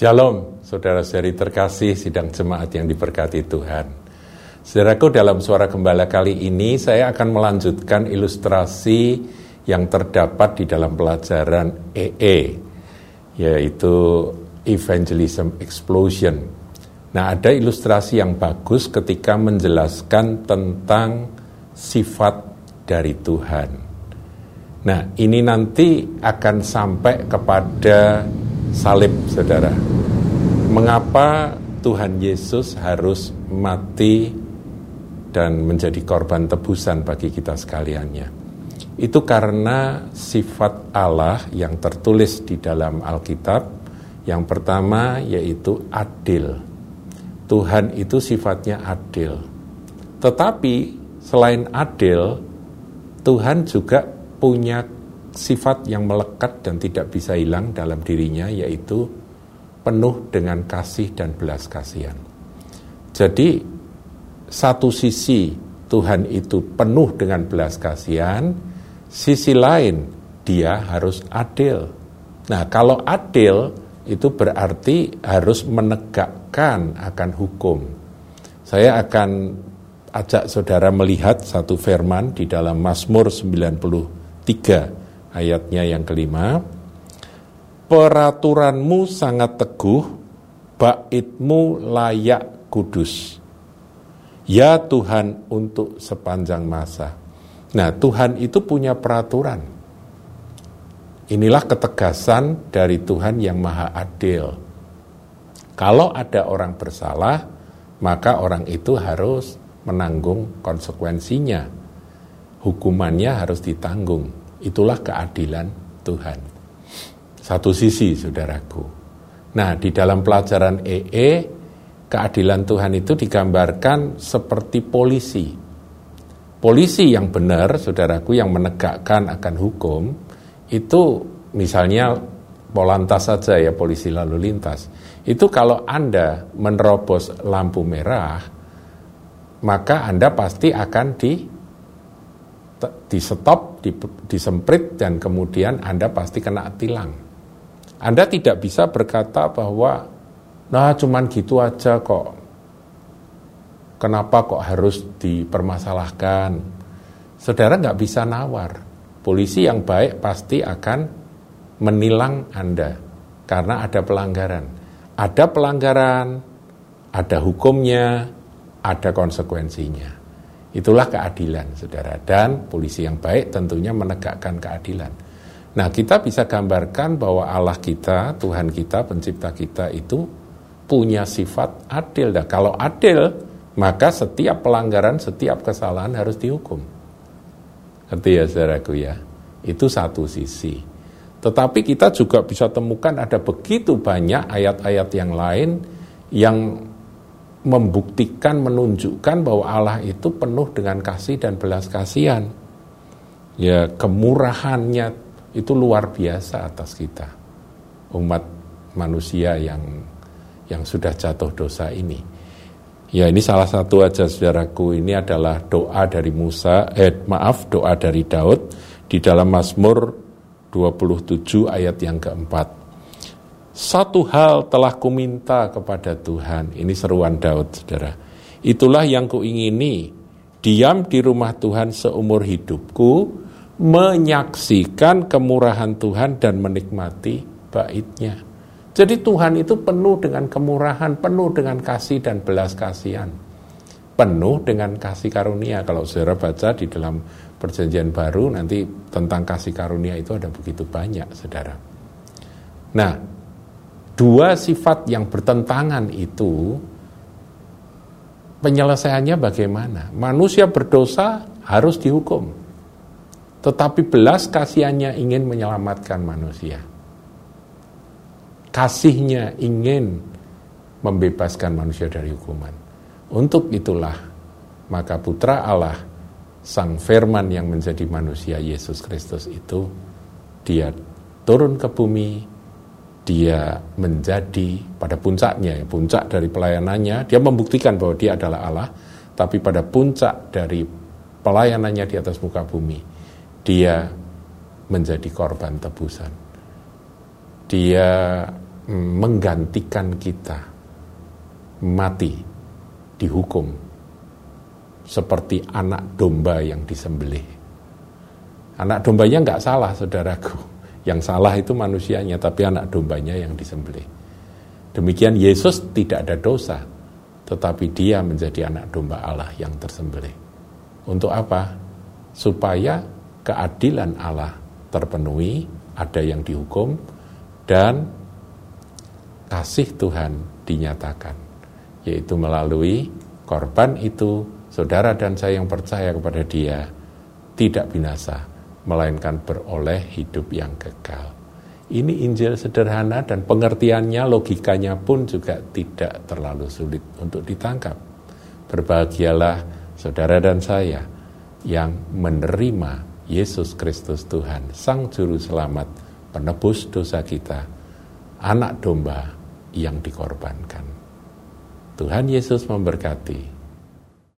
Shalom, saudara-saudari terkasih sidang jemaat yang diberkati Tuhan. Saudaraku, dalam Suara Gembala kali ini saya akan melanjutkan ilustrasi yang terdapat di dalam pelajaran EE, yaitu Evangelism Explosion. Nah, ada ilustrasi yang bagus ketika menjelaskan tentang sifat dari Tuhan. Nah, ini nanti akan sampai kepada salib, saudara. Mengapa Tuhan Yesus harus mati dan menjadi korban tebusan bagi kita sekaliannya? Itu karena sifat Allah yang tertulis di dalam Alkitab. Yang pertama yaitu adil. Tuhan itu sifatnya adil. Tetapi selain adil, Tuhan juga punya sifat yang melekat dan tidak bisa hilang dalam dirinya, yaitu penuh dengan kasih dan belas kasihan. Jadi satu sisi Tuhan itu penuh dengan belas kasihan, sisi lain dia harus adil. Nah, kalau adil itu berarti harus menegakkan akan hukum. Saya akan ajak saudara melihat satu firman di dalam Mazmur 93 ayatnya yang kelima. Peraturanmu sangat teguh, baitmu layak kudus. Ya Tuhan, untuk sepanjang masa. Nah, Tuhan itu punya peraturan. Inilah ketegasan dari Tuhan yang maha adil. Kalau ada orang bersalah, maka orang itu harus menanggung konsekuensinya. Hukumannya harus ditanggung. Itulah keadilan Tuhan. Satu sisi, saudaraku. Nah, di dalam pelajaran EE, keadilan Tuhan itu digambarkan seperti polisi. Polisi yang benar, saudaraku, yang menegakkan akan hukum, itu misalnya Polantas saja ya, polisi lalu lintas. Itu kalau Anda menerobos lampu merah, maka Anda pasti akan di stop, disemprit, dan kemudian Anda pasti kena tilang. Anda tidak bisa berkata bahwa, nah cuman gitu aja kok, kenapa kok harus dipermasalahkan. Saudara nggak bisa nawar. Polisi yang baik pasti akan menilang Anda karena ada pelanggaran. Ada pelanggaran, ada hukumnya, ada konsekuensinya. Itulah keadilan, saudara. Dan polisi yang baik tentunya menegakkan keadilan. Nah, kita bisa gambarkan bahwa Allah kita, Tuhan kita, pencipta kita itu punya sifat adil. Dan kalau adil, maka setiap pelanggaran, setiap kesalahan harus dihukum. Ngerti ya, saudaraku ya? Itu satu sisi. Tetapi kita juga bisa temukan ada begitu banyak ayat-ayat yang lain yang membuktikan, menunjukkan bahwa Allah itu penuh dengan kasih dan belas kasihan. Ya, kemurahannya itu luar biasa atas kita, umat manusia yang sudah jatuh dosa ini. Ya, ini salah satu aja, saudaraku. Ini adalah doa dari doa dari Daud di dalam Mazmur 27 ayat yang keempat. Satu hal telah kuminta kepada Tuhan. Ini seruan Daud, saudara. Itulah yang kuingini, diam di rumah Tuhan seumur hidupku, menyaksikan kemurahan Tuhan dan menikmati bait-Nya. Jadi Tuhan itu penuh dengan kemurahan, penuh dengan kasih dan belas kasihan. Penuh dengan kasih karunia. Kalau saudara baca di dalam Perjanjian Baru, nanti tentang kasih karunia itu ada begitu banyak, saudara. Nah, dua sifat yang bertentangan itu penyelesaiannya bagaimana? Manusia berdosa harus dihukum, tetapi belas kasihannya ingin menyelamatkan manusia. Kasihnya ingin membebaskan manusia dari hukuman. Untuk itulah maka Putra Allah, Sang Firman yang menjadi manusia, Yesus Kristus itu, dia turun ke bumi. Dia menjadi pada puncaknya, puncak dari pelayanannya, dia membuktikan bahwa dia adalah Allah, tapi pada puncak dari pelayanannya di atas muka bumi, dia menjadi korban tebusan. Dia menggantikan kita mati, dihukum seperti anak domba yang disembelih. Anak dombanya nggak salah, saudaraku. Yang salah itu manusianya, tapi anak dombanya yang disembelih. Demikian Yesus tidak ada dosa, tetapi dia menjadi anak domba Allah yang tersembelih. Untuk apa? Supaya keadilan Allah terpenuhi, ada yang dihukum, dan kasih Tuhan dinyatakan, yaitu melalui korban itu, saudara dan saya yang percaya kepada dia tidak binasa, melainkan beroleh hidup yang kekal. Ini Injil sederhana dan pengertiannya, logikanya pun juga tidak terlalu sulit untuk ditangkap. Berbahagialah saudara dan saya yang menerima Yesus Kristus Tuhan, Sang Juru Selamat, penebus dosa kita, anak domba yang dikorbankan. Tuhan Yesus memberkati.